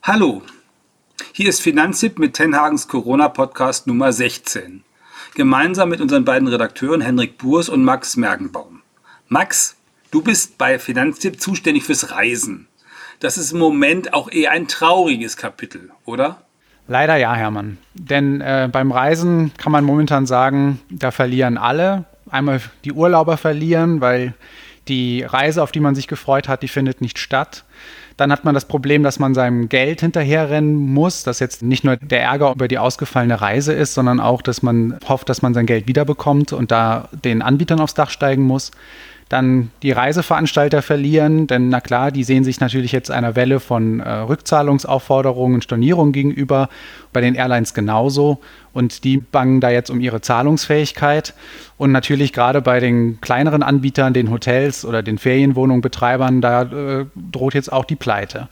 Hallo, hier ist Finanztipp mit Tenhagens Corona-Podcast Nummer 16. Gemeinsam mit unseren beiden Redakteuren Henrik Burs und Max Mergenbaum. Max, du bist bei Finanztipp zuständig fürs Reisen. Das ist im Moment auch eher ein trauriges Kapitel, oder? Leider ja, Hermann. Denn beim Reisen kann man momentan sagen, da verlieren alle. Einmal die Urlauber verlieren, weil die Reise, auf die man sich gefreut hat, die findet nicht statt. Dann hat man das Problem, dass man seinem Geld hinterherrennen muss, dass jetzt nicht nur der Ärger über die ausgefallene Reise ist, sondern auch, dass man hofft, dass man sein Geld wiederbekommt und da den Anbietern aufs Dach steigen muss. Dann die Reiseveranstalter verlieren, denn na klar, die sehen sich natürlich jetzt einer Welle von Rückzahlungsaufforderungen und Stornierungen gegenüber, bei den Airlines genauso, und die bangen da jetzt um ihre Zahlungsfähigkeit und natürlich gerade bei den kleineren Anbietern, den Hotels oder den Ferienwohnungsbetreibern, da droht jetzt auch die Pleite.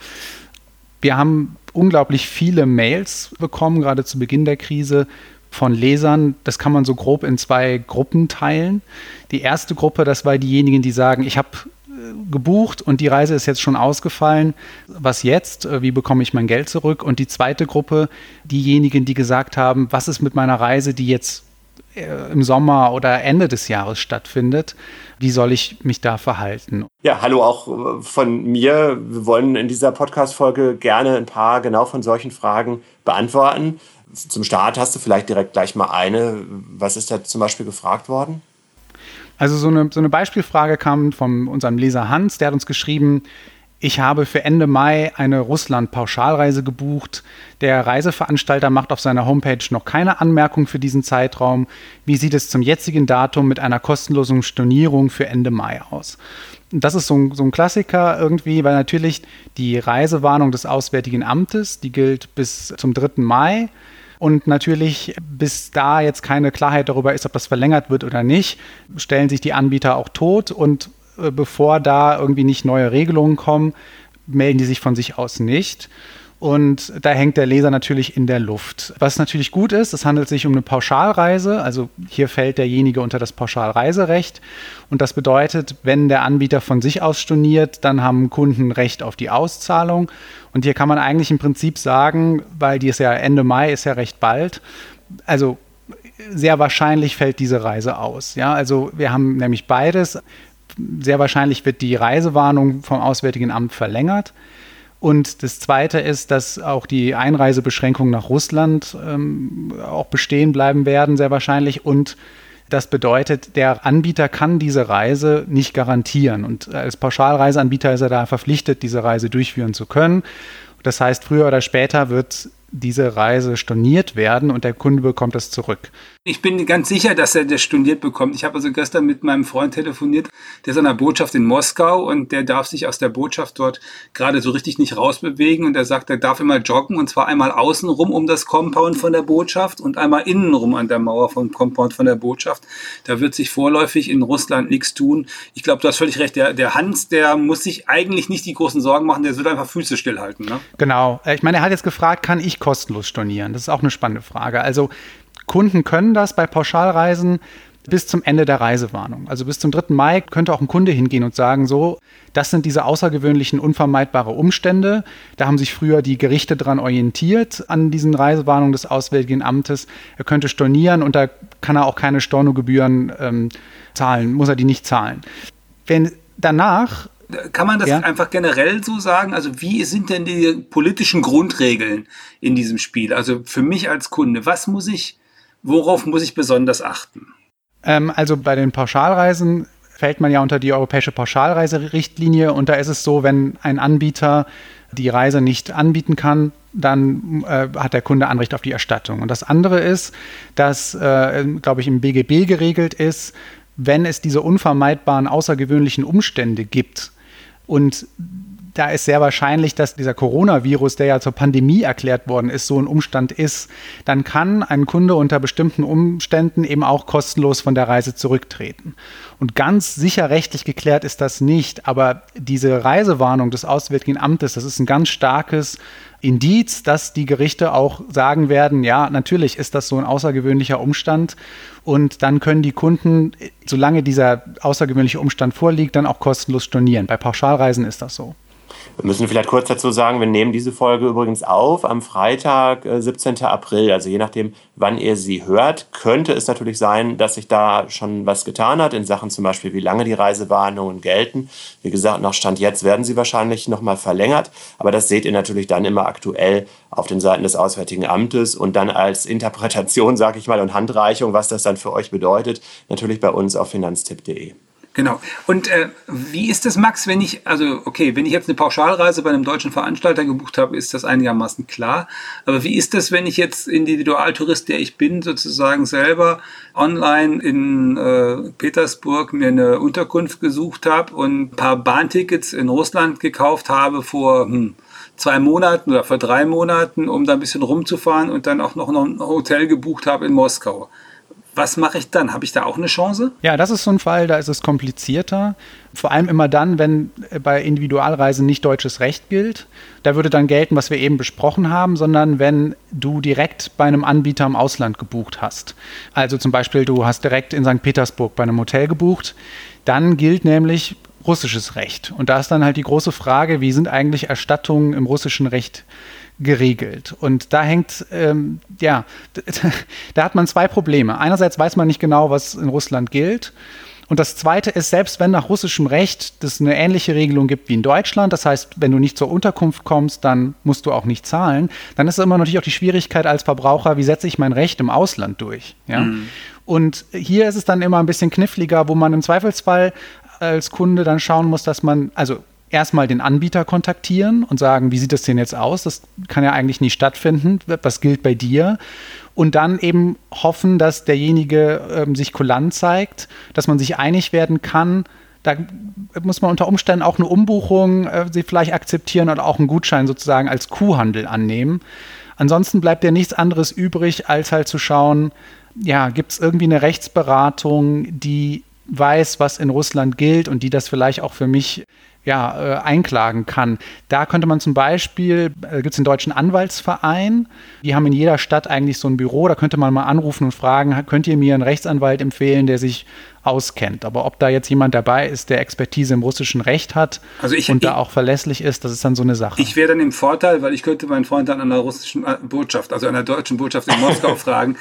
Wir haben unglaublich viele Mails bekommen, gerade zu Beginn der Krise, von Lesern. Das kann man so grob in 2 Gruppen teilen. Die erste Gruppe, das war diejenigen, die sagen, ich habe gebucht und die Reise ist jetzt schon ausgefallen. Was jetzt? Wie bekomme ich mein Geld zurück? Und die zweite Gruppe, diejenigen, die gesagt haben, was ist mit meiner Reise, die jetzt im Sommer oder Ende des Jahres stattfindet? Wie soll ich mich da verhalten? Ja, hallo auch von mir. Wir wollen in dieser Podcast-Folge gerne ein paar genau von solchen Fragen beantworten. Zum Start hast du vielleicht direkt gleich mal eine. Was ist da zum Beispiel gefragt worden? Also so eine Beispielfrage kam von unserem Leser Hans, der hat uns geschrieben, ich habe für Ende Mai eine Russland-Pauschalreise gebucht. Der Reiseveranstalter macht auf seiner Homepage noch keine Anmerkung für diesen Zeitraum. Wie sieht es zum jetzigen Datum mit einer kostenlosen Stornierung für Ende Mai aus? Das ist so ein Klassiker irgendwie, weil natürlich die Reisewarnung des Auswärtigen Amtes, die gilt bis zum 3. Mai. Und natürlich, bis da jetzt keine Klarheit darüber ist, ob das verlängert wird oder nicht, stellen sich die Anbieter auch tot. Und bevor da irgendwie nicht neue Regelungen kommen, melden die sich von sich aus nicht. Und da hängt der Leser natürlich in der Luft. Was natürlich gut ist, es handelt sich um eine Pauschalreise. Also hier fällt derjenige unter das Pauschalreiserecht. Und das bedeutet, wenn der Anbieter von sich aus storniert, dann haben Kunden Recht auf die Auszahlung. Und hier kann man eigentlich im Prinzip sagen, weil die ist ja Ende Mai, ist ja recht bald, also sehr wahrscheinlich fällt diese Reise aus. Ja, also wir haben nämlich beides. Sehr wahrscheinlich wird die Reisewarnung vom Auswärtigen Amt verlängert. Und das Zweite ist, dass auch die Einreisebeschränkungen nach Russland auch bestehen bleiben werden, sehr wahrscheinlich. Und das bedeutet, der Anbieter kann diese Reise nicht garantieren. Und als Pauschalreiseanbieter ist er da verpflichtet, diese Reise durchführen zu können. Das heißt, früher oder später wird diese Reise storniert werden und der Kunde bekommt es zurück. Ich bin ganz sicher, dass er das storniert bekommt. Ich habe also gestern mit meinem Freund telefoniert, der ist an der Botschaft in Moskau und der darf sich aus der Botschaft dort gerade so richtig nicht rausbewegen und er sagt, er darf immer joggen und zwar einmal außenrum um das Compound von der Botschaft und einmal innenrum an der Mauer vom Compound von der Botschaft. Da wird sich vorläufig in Russland nichts tun. Ich glaube, du hast völlig recht. Der Hans, der muss sich eigentlich nicht die großen Sorgen machen, der soll einfach Füße stillhalten. Ne? Genau. Ich meine, er hat jetzt gefragt, kann ich kostenlos stornieren? Das ist auch eine spannende Frage. Also Kunden können das bei Pauschalreisen bis zum Ende der Reisewarnung. Also bis zum 3. Mai könnte auch ein Kunde hingehen und sagen, so, das sind diese außergewöhnlichen, unvermeidbare Umstände. Da haben sich früher die Gerichte dran orientiert an diesen Reisewarnungen des Auswärtigen Amtes. Er könnte stornieren und da kann er auch keine Stornogebühren zahlen, muss er die nicht zahlen. Wenn danach... Kann man das einfach generell so sagen? Also wie sind denn die politischen Grundregeln in diesem Spiel? Also für mich als Kunde, worauf muss ich besonders achten? Also bei den Pauschalreisen fällt man ja unter die europäische Pauschalreiserichtlinie und da ist es so, wenn ein Anbieter die Reise nicht anbieten kann, dann hat der Kunde Anrecht auf die Erstattung. Und das andere ist, dass, glaube ich, im BGB geregelt ist, wenn es diese unvermeidbaren außergewöhnlichen Umstände gibt, und da ist sehr wahrscheinlich, dass dieser Coronavirus, der ja zur Pandemie erklärt worden ist, so ein Umstand ist, dann kann ein Kunde unter bestimmten Umständen eben auch kostenlos von der Reise zurücktreten. Und ganz sicher rechtlich geklärt ist das nicht, aber diese Reisewarnung des Auswärtigen Amtes, das ist ein ganz starkes Indiz, dass die Gerichte auch sagen werden, ja, natürlich ist das so ein außergewöhnlicher Umstand und dann können die Kunden, solange dieser außergewöhnliche Umstand vorliegt, dann auch kostenlos stornieren. Bei Pauschalreisen ist das so. Wir müssen vielleicht kurz dazu sagen, wir nehmen diese Folge übrigens auf am Freitag, 17. April. Also je nachdem, wann ihr sie hört, könnte es natürlich sein, dass sich da schon was getan hat in Sachen zum Beispiel, wie lange die Reisewarnungen gelten. Wie gesagt, nach Stand jetzt werden sie wahrscheinlich nochmal verlängert. Aber das seht ihr natürlich dann immer aktuell auf den Seiten des Auswärtigen Amtes und dann als Interpretation, sage ich mal, und Handreichung, was das dann für euch bedeutet, natürlich bei uns auf finanztipp.de. Genau. Und wie ist das, Max, wenn ich jetzt eine Pauschalreise bei einem deutschen Veranstalter gebucht habe, ist das einigermaßen klar. Aber wie ist das, wenn ich jetzt Individualtourist, der ich bin, sozusagen selber online in Petersburg mir eine Unterkunft gesucht habe und ein paar Bahntickets in Russland gekauft habe vor 2 Monaten oder vor 3 Monaten, um da ein bisschen rumzufahren und dann auch noch ein Hotel gebucht habe in Moskau? Was mache ich dann? Habe ich da auch eine Chance? Ja, das ist so ein Fall, da ist es komplizierter. Vor allem immer dann, wenn bei Individualreisen nicht deutsches Recht gilt. Da würde dann gelten, was wir eben besprochen haben, sondern wenn du direkt bei einem Anbieter im Ausland gebucht hast. Also zum Beispiel, du hast direkt in St. Petersburg bei einem Hotel gebucht. Dann gilt nämlich russisches Recht. Und da ist dann halt die große Frage, wie sind eigentlich Erstattungen im russischen Recht geregelt. Und da hängt, da hat man 2 Probleme. Einerseits weiß man nicht genau, was in Russland gilt. Und das Zweite ist, selbst wenn nach russischem Recht es eine ähnliche Regelung gibt wie in Deutschland, das heißt, wenn du nicht zur Unterkunft kommst, dann musst du auch nicht zahlen, dann ist immer natürlich auch die Schwierigkeit als Verbraucher, wie setze ich mein Recht im Ausland durch? Ja? Und hier ist es dann immer ein bisschen kniffliger, wo man im Zweifelsfall als Kunde dann schauen muss, dass man, also erstmal den Anbieter kontaktieren und sagen, wie sieht das denn jetzt aus? Das kann ja eigentlich nicht stattfinden. Was gilt bei dir? Und dann eben hoffen, dass derjenige sich kulant zeigt, dass man sich einig werden kann. Da muss man unter Umständen auch eine Umbuchung sie vielleicht akzeptieren oder auch einen Gutschein sozusagen als Kuhhandel annehmen. Ansonsten bleibt ja nichts anderes übrig, als halt zu schauen, ja, gibt es irgendwie eine Rechtsberatung, die weiß, was in Russland gilt und die das vielleicht auch für mich einklagen kann. Da könnte man zum Beispiel, gibt es den Deutschen Anwaltsverein, die haben in jeder Stadt eigentlich so ein Büro, da könnte man mal anrufen und fragen, könnt ihr mir einen Rechtsanwalt empfehlen, der sich auskennt. Aber ob da jetzt jemand dabei ist, der Expertise im russischen Recht hat und da auch verlässlich ist, das ist dann so eine Sache. Ich wäre dann im Vorteil, weil ich könnte meinen Freund dann an der russischen Botschaft, also an der deutschen Botschaft in Moskau fragen,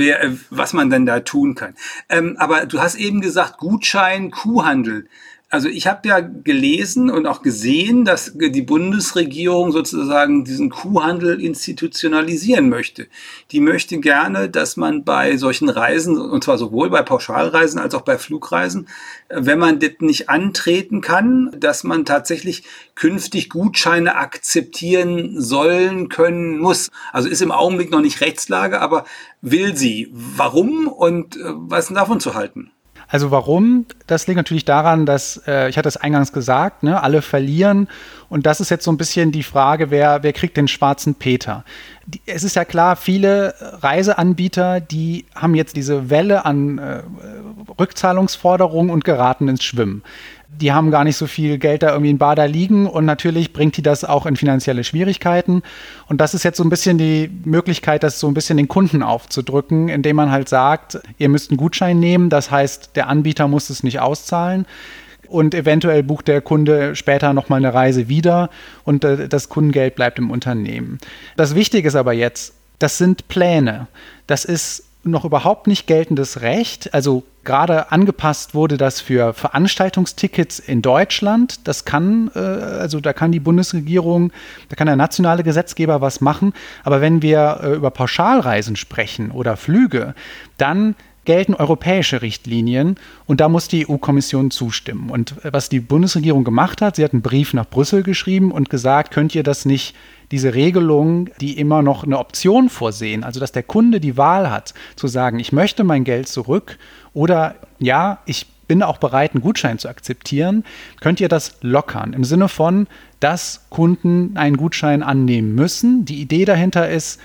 was man denn da tun kann. Aber du hast eben gesagt, Gutschein, Kuhhandel. Also ich habe ja gelesen und auch gesehen, dass die Bundesregierung sozusagen diesen Kuhhandel institutionalisieren möchte. Die möchte gerne, dass man bei solchen Reisen, und zwar sowohl bei Pauschalreisen als auch bei Flugreisen, wenn man das nicht antreten kann, dass man tatsächlich künftig Gutscheine akzeptieren sollen, können, muss. Also ist im Augenblick noch nicht Rechtslage, aber will sie. Warum und was ist denn davon zu halten? Also warum? Das liegt natürlich daran, dass, ich hatte es eingangs gesagt, ne, alle verlieren. Und das ist jetzt so ein bisschen die Frage, wer kriegt den schwarzen Peter? Es ist ja klar, viele Reiseanbieter, die haben jetzt diese Welle an Rückzahlungsforderungen und geraten ins Schwimmen. Die haben gar nicht so viel Geld da irgendwie in Bader liegen und natürlich bringt die das auch in finanzielle Schwierigkeiten. Und das ist jetzt so ein bisschen die Möglichkeit, das so ein bisschen den Kunden aufzudrücken, indem man halt sagt, ihr müsst einen Gutschein nehmen, das heißt, der Anbieter muss es nicht auszahlen. Und eventuell bucht der Kunde später nochmal eine Reise wieder und das Kundengeld bleibt im Unternehmen. Das Wichtige ist aber jetzt, das sind Pläne. Das ist noch überhaupt nicht geltendes Recht. Also gerade angepasst wurde das für Veranstaltungstickets in Deutschland. Das kann, da kann die Bundesregierung, da kann der nationale Gesetzgeber was machen. Aber wenn wir über Pauschalreisen sprechen oder Flüge, dann gelten europäische Richtlinien und da muss die EU-Kommission zustimmen. Und was die Bundesregierung gemacht hat, sie hat einen Brief nach Brüssel geschrieben und gesagt, könnt ihr das nicht, diese Regelung, die immer noch eine Option vorsehen, also dass der Kunde die Wahl hat, zu sagen, ich möchte mein Geld zurück oder ja, ich bin auch bereit, einen Gutschein zu akzeptieren, könnt ihr das lockern. Im Sinne von, dass Kunden einen Gutschein annehmen müssen. Die Idee dahinter ist,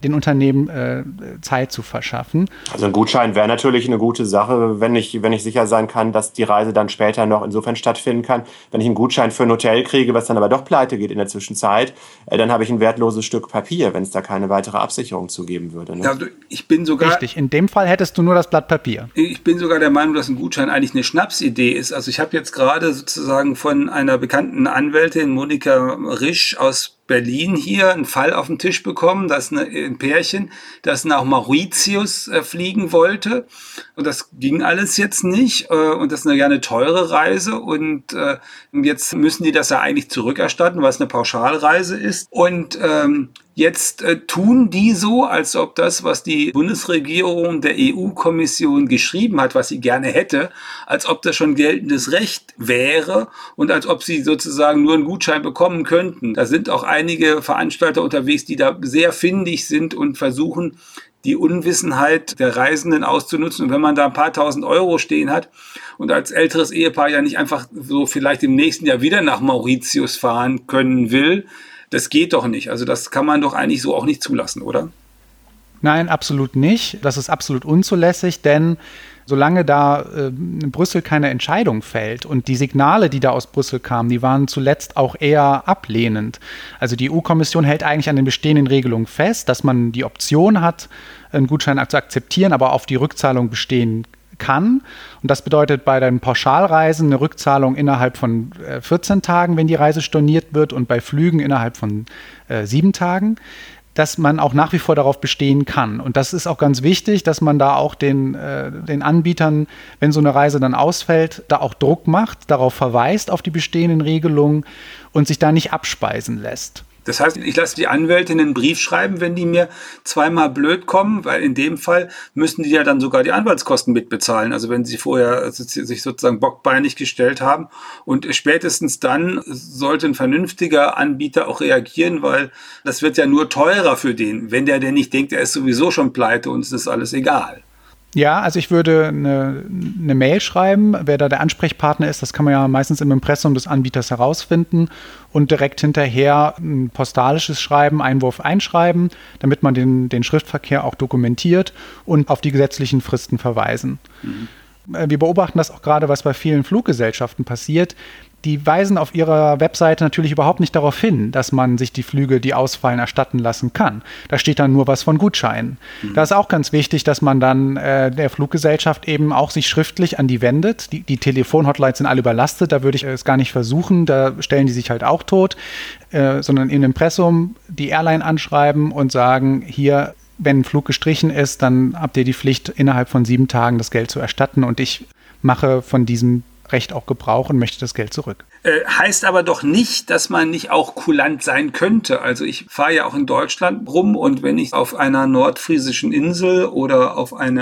den Unternehmen Zeit zu verschaffen. Also ein Gutschein wäre natürlich eine gute Sache, wenn ich sicher sein kann, dass die Reise dann später noch insofern stattfinden kann. Wenn ich einen Gutschein für ein Hotel kriege, was dann aber doch pleite geht in der Zwischenzeit, dann habe ich ein wertloses Stück Papier, wenn es da keine weitere Absicherung zu geben würde. Ne? Ja, ich bin sogar... Richtig, in dem Fall hättest du nur das Blatt Papier. Ich bin sogar der Meinung, dass ein Gutschein eigentlich eine Schnapsidee ist. Also ich habe jetzt gerade sozusagen von einer bekannten Anwältin, Monika Risch aus Berlin hier einen Fall auf den Tisch bekommen, dass ein Pärchen, das nach Mauritius fliegen wollte, und das ging alles jetzt nicht, und das ist eine teure Reise, und jetzt müssen die das ja eigentlich zurückerstatten, weil es eine Pauschalreise ist, und jetzt tun die so, als ob das, was die Bundesregierung der EU-Kommission geschrieben hat, was sie gerne hätte, als ob das schon geltendes Recht wäre und als ob sie sozusagen nur einen Gutschein bekommen könnten. Da sind auch einige Veranstalter unterwegs, die da sehr findig sind und versuchen, die Unwissenheit der Reisenden auszunutzen. Und wenn man da ein paar tausend Euro stehen hat und als älteres Ehepaar ja nicht einfach so vielleicht im nächsten Jahr wieder nach Mauritius fahren können will, das geht doch nicht. Also das kann man doch eigentlich so auch nicht zulassen, oder? Nein, absolut nicht. Das ist absolut unzulässig, denn solange da in Brüssel keine Entscheidung fällt und die Signale, die da aus Brüssel kamen, die waren zuletzt auch eher ablehnend. Also die EU-Kommission hält eigentlich an den bestehenden Regelungen fest, dass man die Option hat, einen Gutschein zu akzeptieren, aber auf die Rückzahlung bestehen kann. Und das bedeutet bei den Pauschalreisen eine Rückzahlung innerhalb von 14 Tagen, wenn die Reise storniert wird, und bei Flügen innerhalb von 7 Tagen, dass man auch nach wie vor darauf bestehen kann. Und das ist auch ganz wichtig, dass man da auch den Anbietern, wenn so eine Reise dann ausfällt, da auch Druck macht, darauf verweist, auf die bestehenden Regelungen und sich da nicht abspeisen lässt. Das heißt, ich lasse die Anwältin einen Brief schreiben, wenn die mir zweimal blöd kommen, weil in dem Fall müssen die ja dann sogar die Anwaltskosten mitbezahlen. Also wenn sie vorher sich sozusagen bockbeinig gestellt haben. Und spätestens dann sollte ein vernünftiger Anbieter auch reagieren, weil das wird ja nur teurer für den, wenn der nicht denkt, er ist sowieso schon pleite und es ist alles egal. Ja, also ich würde eine Mail schreiben, wer da der Ansprechpartner ist, das kann man ja meistens im Impressum des Anbieters herausfinden, und direkt hinterher ein postalisches Schreiben, Einwurf einschreiben, damit man den Schriftverkehr auch dokumentiert und auf die gesetzlichen Fristen verweisen. Mhm. Wir beobachten das auch gerade, was bei vielen Fluggesellschaften passiert. Die weisen auf ihrer Webseite natürlich überhaupt nicht darauf hin, dass man sich die Flüge, die ausfallen, erstatten lassen kann. Da steht dann nur was von Gutscheinen. Mhm. Da ist auch ganz wichtig, dass man dann der Fluggesellschaft eben auch sich schriftlich an die wendet. Die Telefonhotlines sind alle überlastet, da würde ich es gar nicht versuchen, da stellen die sich halt auch tot, sondern im Impressum die Airline anschreiben und sagen, hier, wenn ein Flug gestrichen ist, dann habt ihr die Pflicht, innerhalb von 7 Tagen das Geld zu erstatten, und ich mache von diesem Recht auch Gebrauch und möchte das Geld zurück. Heißt aber doch nicht, dass man nicht auch kulant sein könnte. Also ich fahre ja auch in Deutschland rum, und wenn ich auf einer nordfriesischen Insel oder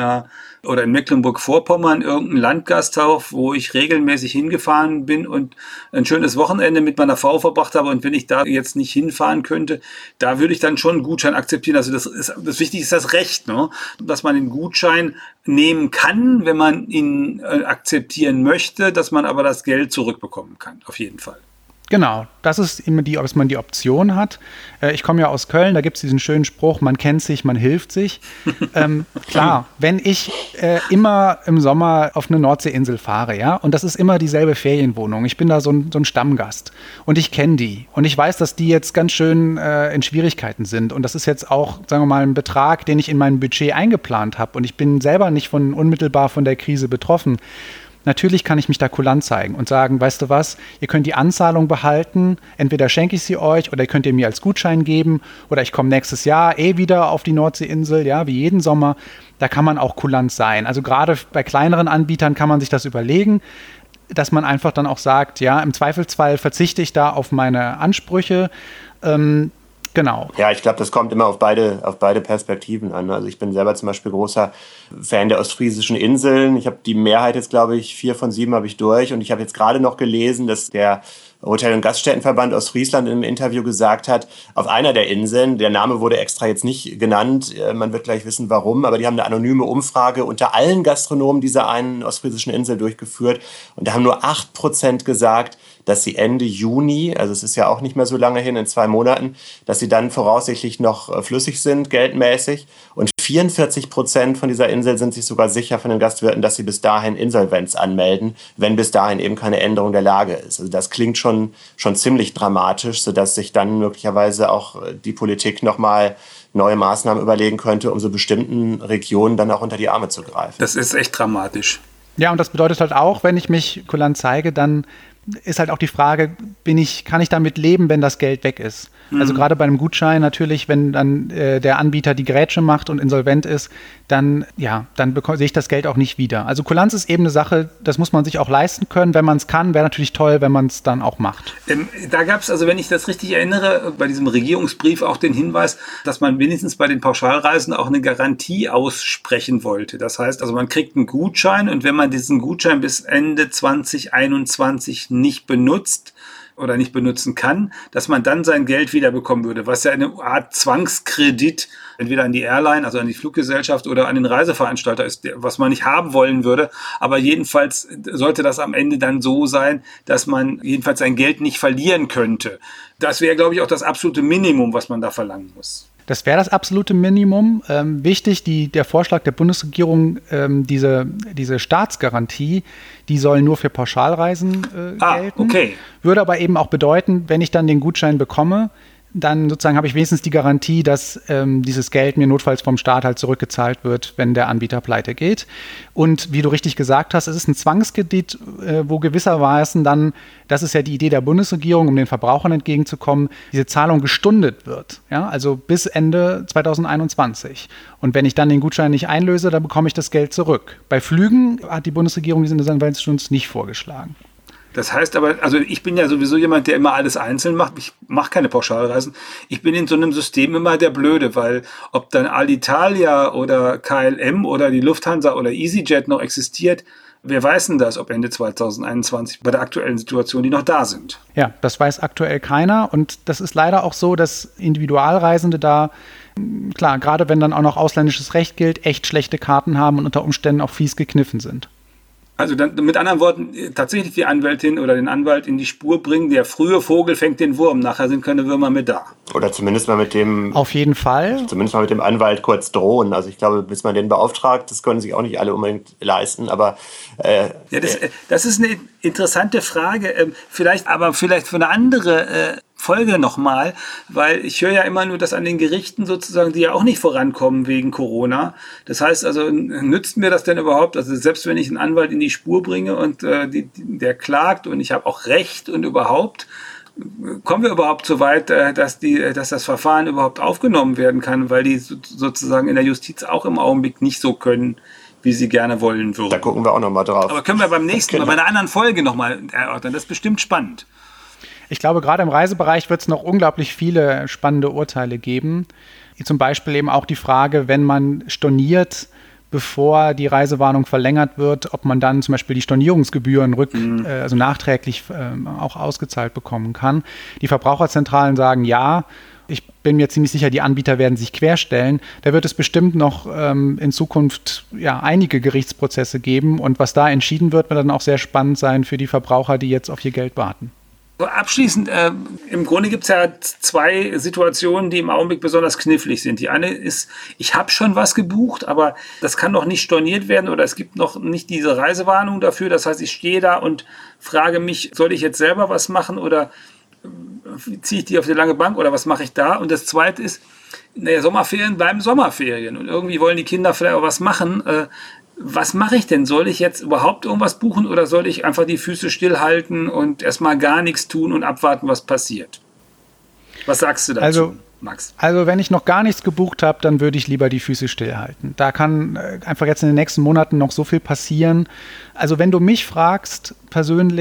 in Mecklenburg-Vorpommern irgendein Landgasthaus, wo ich regelmäßig hingefahren bin und ein schönes Wochenende mit meiner Frau verbracht habe, und wenn ich da jetzt nicht hinfahren könnte, da würde ich dann schon einen Gutschein akzeptieren. Also das Wichtige ist das Recht, ne? Dass man den Gutschein nehmen kann, wenn man ihn akzeptieren möchte, dass man aber das Geld zurückbekommen kann, auf jeden Fall. Genau, das ist immer dass man die Option hat. Ich komme ja aus Köln, da gibt es diesen schönen Spruch, man kennt sich, man hilft sich. Klar, wenn ich immer im Sommer auf eine Nordseeinsel fahre, ja, und das ist immer dieselbe Ferienwohnung, ich bin da so ein Stammgast und ich kenne die und ich weiß, dass die jetzt ganz schön in Schwierigkeiten sind, und das ist jetzt auch, sagen wir mal, ein Betrag, den ich in mein Budget eingeplant habe, und ich bin selber nicht unmittelbar von der Krise betroffen. Natürlich kann ich mich da kulant zeigen und sagen, weißt du was, ihr könnt die Anzahlung behalten, entweder schenke ich sie euch oder könnt ihr mir als Gutschein geben, oder ich komme nächstes Jahr wieder auf die Nordseeinsel, ja, wie jeden Sommer. Da kann man auch kulant sein. Also gerade bei kleineren Anbietern kann man sich das überlegen, dass man einfach dann auch sagt, ja, im Zweifelsfall verzichte ich da auf meine Ansprüche. Genau. Ja, ich glaube, das kommt immer auf beide Perspektiven an. Also ich bin selber zum Beispiel großer Fan der ostfriesischen Inseln. Ich habe die Mehrheit jetzt, glaube ich, 4 von 7 habe ich durch. Und ich habe jetzt gerade noch gelesen, dass der Hotel- und Gaststättenverband Ostfriesland in einem Interview gesagt hat, auf einer der Inseln, der Name wurde extra jetzt nicht genannt, man wird gleich wissen, warum, aber die haben eine anonyme Umfrage unter allen Gastronomen dieser einen ostfriesischen Insel durchgeführt und da haben nur 8% gesagt, dass sie Ende Juni, also es ist ja auch nicht mehr so lange hin, in 2 Monaten, dass sie dann voraussichtlich noch flüssig sind, geldmäßig. Und 44% von dieser Insel sind sich sogar sicher von den Gastwirten, dass sie bis dahin Insolvenz anmelden, wenn bis dahin eben keine Änderung der Lage ist. Also das klingt schon ziemlich dramatisch, sodass sich dann möglicherweise auch die Politik nochmal neue Maßnahmen überlegen könnte, um so bestimmten Regionen dann auch unter die Arme zu greifen. Das ist echt dramatisch. Ja, und das bedeutet halt auch, wenn ich mich kulant zeige, dann ist halt auch die Frage, kann ich damit leben, wenn das Geld weg ist? Also gerade bei einem Gutschein natürlich, wenn dann der Anbieter die Grätsche macht und insolvent ist, dann sehe ich das Geld auch nicht wieder. Also Kulanz ist eben eine Sache, das muss man sich auch leisten können. Wenn man es kann, wäre natürlich toll, wenn man es dann auch macht. Da gab es, also wenn ich das richtig erinnere, bei diesem Regierungsbrief auch den Hinweis, dass man wenigstens bei den Pauschalreisen auch eine Garantie aussprechen wollte. Das heißt, also man kriegt einen Gutschein und wenn man diesen Gutschein bis Ende 2021 nicht benutzt oder nicht benutzen kann, dass man dann sein Geld wieder bekommen würde, was ja eine Art Zwangskredit entweder an die Airline, also an die Fluggesellschaft oder an den Reiseveranstalter ist, was man nicht haben wollen würde. Aber jedenfalls sollte das am Ende dann so sein, dass man jedenfalls sein Geld nicht verlieren könnte. Das wäre, glaube ich, auch das absolute Minimum, was man da verlangen muss. Das wäre das absolute Minimum. Wichtig, der Vorschlag der Bundesregierung, diese Staatsgarantie, die soll nur für Pauschalreisen gelten. Okay. Würde aber eben auch bedeuten, wenn ich dann den Gutschein bekomme, dann sozusagen habe ich wenigstens die Garantie, dass dieses Geld mir notfalls vom Staat halt zurückgezahlt wird, wenn der Anbieter pleite geht. Und wie du richtig gesagt hast, es ist ein Zwangskredit, wo gewissermaßen dann, das ist ja die Idee der Bundesregierung, um den Verbrauchern entgegenzukommen, diese Zahlung gestundet wird. Ja? Also bis Ende 2021. Und wenn ich dann den Gutschein nicht einlöse, dann bekomme ich das Geld zurück. Bei Flügen hat die Bundesregierung diesen Insolvenzschutz nicht vorgeschlagen. Das heißt aber, also ich bin ja sowieso jemand, der immer alles einzeln macht. Ich mache keine Pauschalreisen. Ich bin in so einem System immer der Blöde, weil ob dann Alitalia oder KLM oder die Lufthansa oder EasyJet noch existiert, wer weiß denn das, ob Ende 2021 bei der aktuellen Situation, die noch da sind? Ja, das weiß aktuell keiner. Und das ist leider auch so, dass Individualreisende da, klar, gerade wenn dann auch noch ausländisches Recht gilt, echt schlechte Karten haben und unter Umständen auch fies gekniffen sind. Also dann mit anderen Worten, tatsächlich die Anwältin oder den Anwalt in die Spur bringen, der frühe Vogel fängt den Wurm, nachher sind keine Würmer mehr da. Oder zumindest mal mit dem... Auf jeden Fall. Zumindest mal mit dem Anwalt kurz drohen. Also ich glaube, bis man den beauftragt, das können sich auch nicht alle unbedingt leisten, aber... Das ist eine interessante Frage, vielleicht für eine andere... Folge nochmal, weil ich höre ja immer nur, dass an den Gerichten sozusagen, die ja auch nicht vorankommen wegen Corona. Das heißt also, nützt mir das denn überhaupt? Also selbst wenn ich einen Anwalt in die Spur bringe und der klagt und ich habe auch Recht und überhaupt, kommen wir überhaupt so weit, dass das Verfahren überhaupt aufgenommen werden kann, weil die sozusagen in der Justiz auch im Augenblick nicht so können, wie sie gerne wollen würden. Da gucken wir auch nochmal drauf. Aber können wir beim nächsten Mal, bei einer anderen Folge nochmal erörtern. Das ist bestimmt spannend. Ich glaube, gerade im Reisebereich wird es noch unglaublich viele spannende Urteile geben. Zum Beispiel eben auch die Frage, wenn man storniert, bevor die Reisewarnung verlängert wird, ob man dann zum Beispiel die Stornierungsgebühren also nachträglich auch ausgezahlt bekommen kann. Die Verbraucherzentralen sagen ja. Ich bin mir ziemlich sicher, die Anbieter werden sich querstellen. Da wird es bestimmt noch in Zukunft einige Gerichtsprozesse geben. Und was da entschieden wird dann auch sehr spannend sein für die Verbraucher, die jetzt auf ihr Geld warten. Abschließend, im Grunde gibt es ja 2 Situationen, die im Augenblick besonders knifflig sind. Die eine ist, ich habe schon was gebucht, aber das kann noch nicht storniert werden oder es gibt noch nicht diese Reisewarnung dafür. Das heißt, ich stehe da und frage mich, soll ich jetzt selber was machen oder ziehe ich die auf die lange Bank oder was mache ich da? Und das Zweite ist, Sommerferien bleiben Sommerferien und irgendwie wollen die Kinder vielleicht auch was machen. Was mache ich denn? Soll ich jetzt überhaupt irgendwas buchen oder soll ich einfach die Füße stillhalten und erstmal gar nichts tun und abwarten, was passiert? Was sagst du dazu, Max? Also wenn ich noch gar nichts gebucht habe, dann würde ich lieber die Füße stillhalten. Da kann einfach jetzt in den nächsten Monaten noch so viel passieren. Also wenn du mich fragst, persönlich,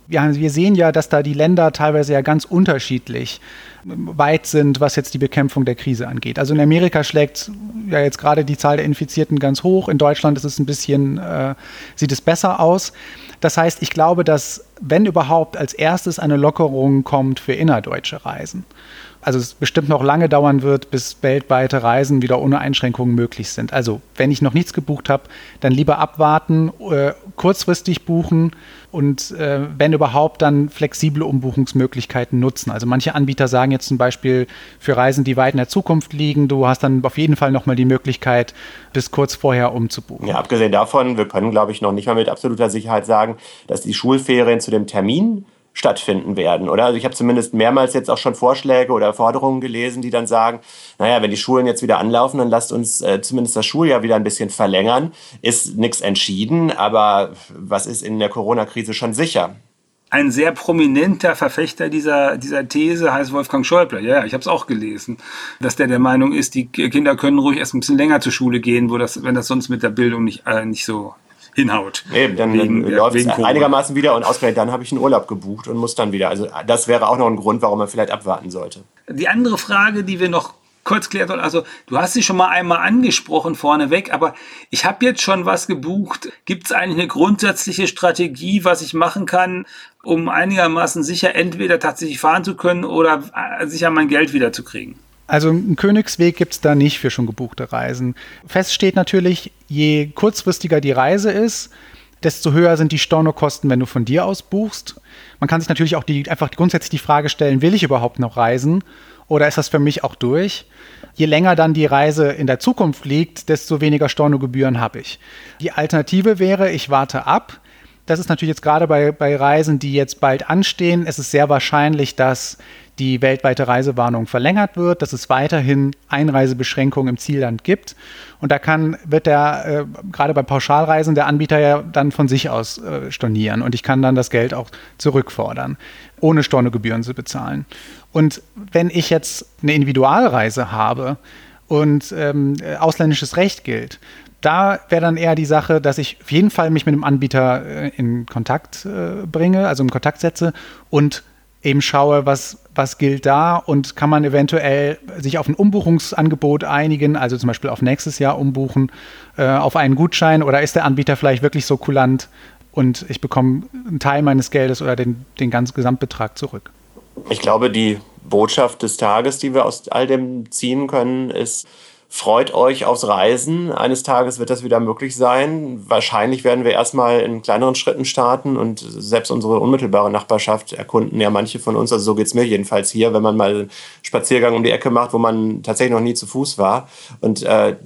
Wir sehen ja, dass da die Länder teilweise ja ganz unterschiedlich weit sind, was jetzt die Bekämpfung der Krise angeht. Also in Amerika schlägt ja jetzt gerade die Zahl der Infizierten ganz hoch. In Deutschland ist es ein bisschen, sieht es besser aus. Das heißt, ich glaube, dass, wenn überhaupt, als erstes eine Lockerung kommt für innerdeutsche Reisen. Also es bestimmt noch lange dauern wird, bis weltweite Reisen wieder ohne Einschränkungen möglich sind. Also wenn ich noch nichts gebucht habe, dann lieber abwarten, kurzfristig buchen und wenn überhaupt, dann flexible Umbuchungsmöglichkeiten nutzen. Also manche Anbieter sagen jetzt zum Beispiel für Reisen, die weit in der Zukunft liegen, du hast dann auf jeden Fall nochmal die Möglichkeit, bis kurz vorher umzubuchen. Ja, abgesehen davon, wir können, glaube ich, noch nicht mal mit absoluter Sicherheit sagen, dass die Schulferien zu dem Termin stattfinden werden, oder? Also ich habe zumindest mehrmals jetzt auch schon Vorschläge oder Forderungen gelesen, die dann sagen, naja, wenn die Schulen jetzt wieder anlaufen, dann lasst uns zumindest das Schuljahr wieder ein bisschen verlängern. Ist nichts entschieden, aber was ist in der Corona-Krise schon sicher? Ein sehr prominenter Verfechter dieser These heißt Wolfgang Schäuble. Ja, ich habe es auch gelesen, dass der Meinung ist, die Kinder können ruhig erst ein bisschen länger zur Schule gehen, wenn das sonst mit der Bildung nicht so hinhaut. Eben, dann läuft es einigermaßen wieder und ausgerechnet dann habe ich einen Urlaub gebucht und muss dann wieder. Also das wäre auch noch ein Grund, warum man vielleicht abwarten sollte. Die andere Frage, die wir noch kurz klären sollen, also du hast sie schon mal einmal angesprochen vorneweg, aber ich habe jetzt schon was gebucht. Gibt es eigentlich eine grundsätzliche Strategie, was ich machen kann, um einigermaßen sicher entweder tatsächlich fahren zu können oder sicher mein Geld wiederzukriegen? Also einen Königsweg gibt es da nicht für schon gebuchte Reisen. Fest steht natürlich, je kurzfristiger die Reise ist, desto höher sind die Stornokosten, wenn du von dir aus buchst. Man kann sich natürlich auch einfach grundsätzlich die Frage stellen, will ich überhaupt noch reisen oder ist das für mich auch durch? Je länger dann die Reise in der Zukunft liegt, desto weniger Stornogebühren habe ich. Die Alternative wäre, ich warte ab. Das ist natürlich jetzt gerade bei Reisen, die jetzt bald anstehen. Es ist sehr wahrscheinlich, dass die weltweite Reisewarnung verlängert wird, dass es weiterhin Einreisebeschränkungen im Zielland gibt. Und da wird gerade bei Pauschalreisen der Anbieter ja dann von sich aus stornieren. Und ich kann dann das Geld auch zurückfordern, ohne Stornogebühren zu bezahlen. Und wenn ich jetzt eine Individualreise habe und ausländisches Recht gilt, da wäre dann eher die Sache, dass ich auf jeden Fall mich mit dem Anbieter in Kontakt bringe, also in Kontakt setze und eben schaue, was gilt da und kann man eventuell sich auf ein Umbuchungsangebot einigen, also zum Beispiel auf nächstes Jahr umbuchen, auf einen Gutschein, oder ist der Anbieter vielleicht wirklich so kulant und ich bekomme einen Teil meines Geldes oder den ganzen Gesamtbetrag zurück. Ich glaube, die Botschaft des Tages, die wir aus all dem ziehen können, ist: Freut euch aufs Reisen. Eines Tages wird das wieder möglich sein. Wahrscheinlich werden wir erstmal in kleineren Schritten starten und selbst unsere unmittelbare Nachbarschaft erkunden ja manche von uns. Also so geht es mir jedenfalls hier, wenn man mal einen Spaziergang um die Ecke macht, wo man tatsächlich noch nie zu Fuß war. Und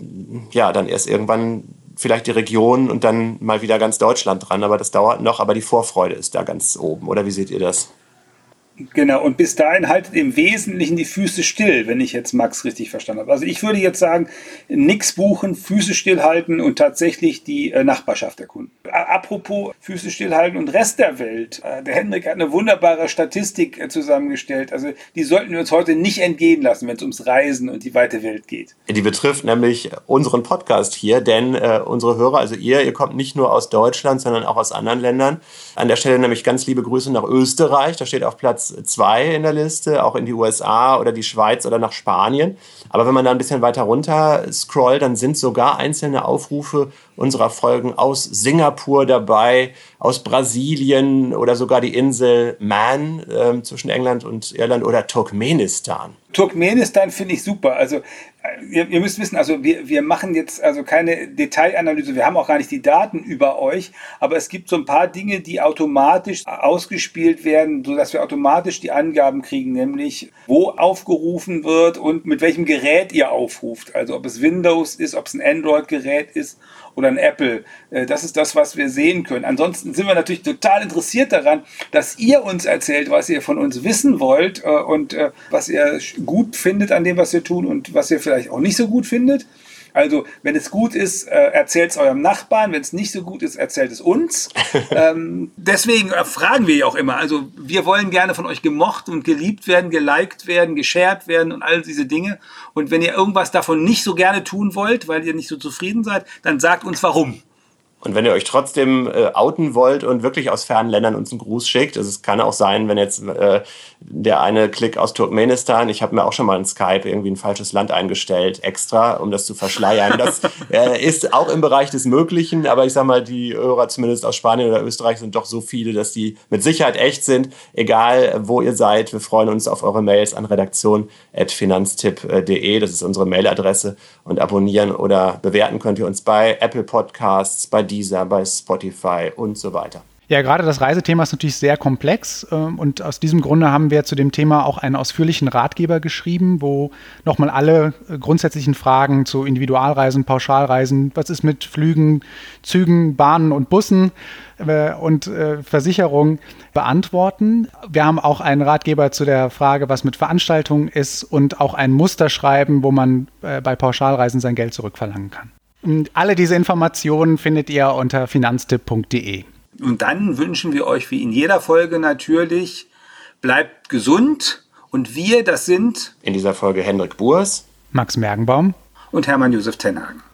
dann erst irgendwann vielleicht die Region und dann mal wieder ganz Deutschland dran. Aber das dauert noch, aber die Vorfreude ist da ganz oben. Oder wie seht ihr das? Genau, und bis dahin haltet im Wesentlichen die Füße still, wenn ich jetzt Max richtig verstanden habe. Also ich würde jetzt sagen, nichts buchen, Füße stillhalten und tatsächlich die Nachbarschaft erkunden. Apropos Füße stillhalten und Rest der Welt. Der Hendrik hat eine wunderbare Statistik zusammengestellt. Also die sollten wir uns heute nicht entgehen lassen, wenn es ums Reisen und die weite Welt geht. Die betrifft nämlich unseren Podcast hier, denn unsere Hörer, also ihr kommt nicht nur aus Deutschland, sondern auch aus anderen Ländern. An der Stelle nämlich ganz liebe Grüße nach Österreich. Da steht auf Platz 2 in der Liste, auch in die USA oder die Schweiz oder nach Spanien. Aber wenn man da ein bisschen weiter runter scrollt, dann sind sogar einzelne Aufrufe unserer Folgen aus Singapur dabei, aus Brasilien oder sogar die Insel Man zwischen England und Irland oder Turkmenistan. Turkmenistan finde ich super. Also ihr müsst wissen, also wir machen jetzt also keine Detailanalyse, wir haben auch gar nicht die Daten über euch, aber es gibt so ein paar Dinge, die automatisch ausgespielt werden, sodass wir automatisch die Angaben kriegen, nämlich wo aufgerufen wird und mit welchem Gerät ihr aufruft. Also ob es Windows ist, ob es ein Android-Gerät ist oder ein Apple. Das ist das, was wir sehen können. Ansonsten sind wir natürlich total interessiert daran, dass ihr uns erzählt, was ihr von uns wissen wollt und was ihr gut findet an dem, was wir tun und was ihr vielleicht auch nicht so gut findet. Also, wenn es gut ist, erzählt es eurem Nachbarn. Wenn es nicht so gut ist, erzählt es uns. Deswegen fragen wir ja auch immer. Also, wir wollen gerne von euch gemocht und geliebt werden, geliked werden, geshared werden und all diese Dinge. Und wenn ihr irgendwas davon nicht so gerne tun wollt, weil ihr nicht so zufrieden seid, dann sagt uns warum. Und wenn ihr euch trotzdem outen wollt und wirklich aus fernen Ländern uns einen Gruß schickt, also es kann auch sein, wenn jetzt der eine Klick aus Turkmenistan, ich habe mir auch schon mal in Skype irgendwie ein falsches Land eingestellt, extra, um das zu verschleiern. Das ist auch im Bereich des Möglichen, aber ich sag mal, die Hörer zumindest aus Spanien oder Österreich sind doch so viele, dass die mit Sicherheit echt sind. Egal, wo ihr seid, wir freuen uns auf eure Mails an redaktion@finanztipp.de. Das ist unsere Mailadresse. Und abonnieren oder bewerten könnt ihr uns bei Apple Podcasts, bei Deezer, bei Spotify und so weiter. Ja, gerade das Reisethema ist natürlich sehr komplex und aus diesem Grunde haben wir zu dem Thema auch einen ausführlichen Ratgeber geschrieben, wo nochmal alle grundsätzlichen Fragen zu Individualreisen, Pauschalreisen, was ist mit Flügen, Zügen, Bahnen und Bussen und Versicherung beantworten. Wir haben auch einen Ratgeber zu der Frage, was mit Veranstaltungen ist und auch ein Muster schreiben, wo man bei Pauschalreisen sein Geld zurückverlangen kann. Und alle diese Informationen findet ihr unter finanztipp.de. Und dann wünschen wir euch wie in jeder Folge natürlich, bleibt gesund. Und wir, das sind in dieser Folge Hendrik Burs, Max Mergenbaum und Hermann Josef Tenhagen.